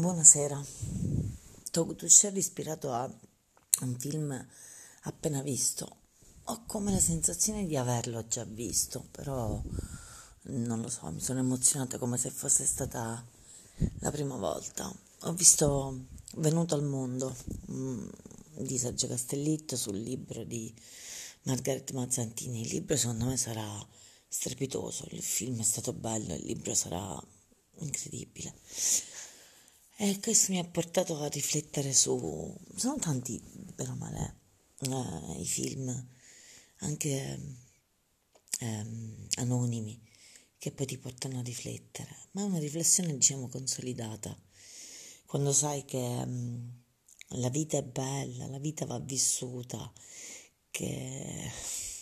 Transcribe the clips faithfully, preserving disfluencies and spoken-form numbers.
Buonasera. Talk to Share ispirato a un film appena visto. Ho come la sensazione di averlo già visto, però non lo so, mi sono emozionata come se fosse stata la prima volta. Ho visto Venuto al mondo mh, di Sergio Castellitto sul libro di Margherita Mazzantini. Il libro secondo me sarà strepitoso, il film è stato bello, il libro sarà incredibile. E questo mi ha portato a riflettere su... Sono tanti, bene o male, eh, i film, anche ehm, anonimi, che poi ti portano a riflettere. Ma è una riflessione, diciamo, consolidata. Quando sai che um, la vita è bella, la vita va vissuta, che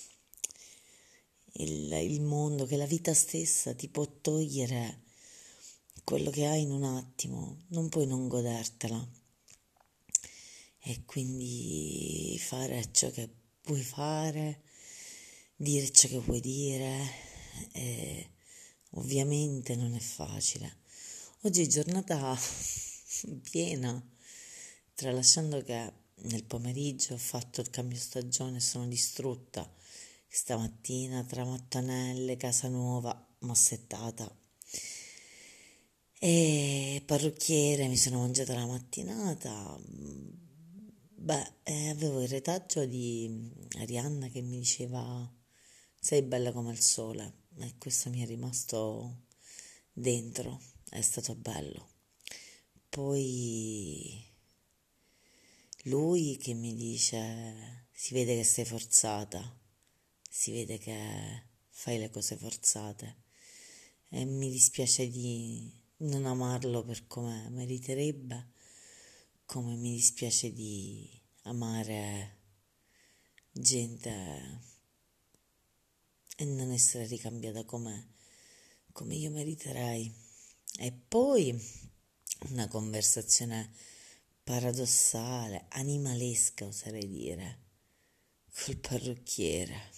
il, il mondo, che la vita stessa ti può togliere quello che hai in un attimo, non puoi non godertela e quindi fare ciò che puoi fare, dire ciò che puoi dire, e ovviamente non è facile. Oggi è giornata piena, tralasciando che nel pomeriggio ho fatto il cambio stagione e sono distrutta. Stamattina tra mattonelle, casa nuova, mossettata e parrucchiere, mi sono mangiata la mattinata. Beh, eh, avevo il retaggio di Arianna che mi diceva sei bella come il sole, e questo mi è rimasto dentro, è stato bello. Poi lui che mi dice si vede che sei forzata, si vede che fai le cose forzate, e mi dispiace di non amarlo per come meriterebbe, come mi dispiace di amare gente e non essere ricambiata come, come io meriterei. E poi una conversazione paradossale, animalesca oserei dire, col parrucchiere.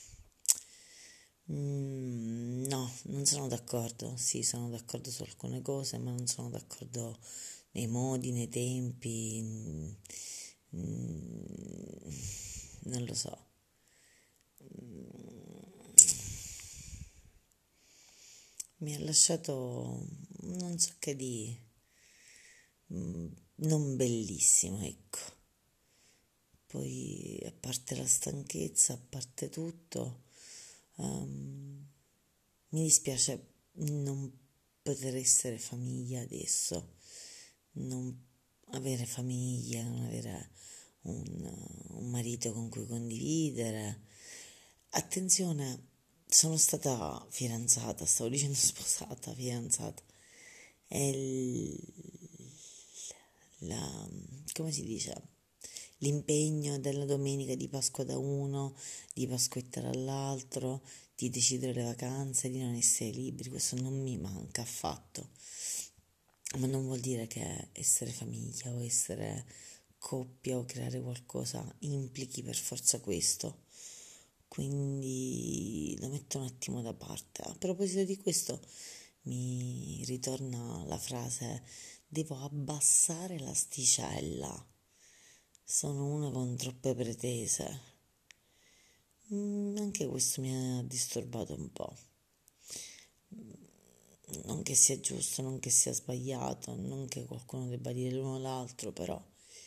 Mm, no, non sono d'accordo. Sì, sono d'accordo su alcune cose, ma non sono d'accordo nei modi, nei tempi. Mm, non lo so. Mm, mi ha lasciato non so che di mm, non bellissimo, ecco. Poi, a parte la stanchezza, a parte tutto, um, mi dispiace non poter essere famiglia adesso, non avere famiglia, non avere un, un marito con cui condividere. Attenzione, sono stata fidanzata, stavo dicendo sposata, fidanzata. E il, la, come si dice? L'impegno della domenica di Pasqua da uno, di Pasquetta dall'altro, di decidere le vacanze, di non essere liberi, questo non mi manca affatto, ma non vuol dire che essere famiglia o essere coppia o creare qualcosa implichi per forza questo, quindi lo metto un attimo da parte. A proposito di questo mi ritorna la frase: devo abbassare l'asticella. Sono una con troppe pretese. Mm, anche questo mi ha disturbato un po'. Non che sia giusto, non che sia sbagliato, non che qualcuno debba dire l'uno o l'altro, però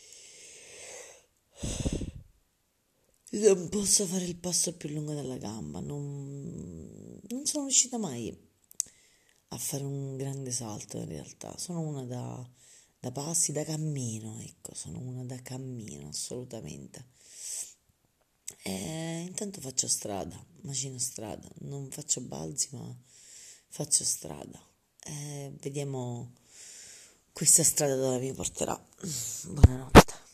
non posso fare il passo più lungo della gamba. Non, non sono riuscita mai a fare un grande salto in realtà. Sono una da, da passi, da cammino, ecco, sono una da cammino, assolutamente. E intanto faccio strada, macino strada, non faccio balzi ma faccio strada. E vediamo questa strada dove mi porterà. Buonanotte.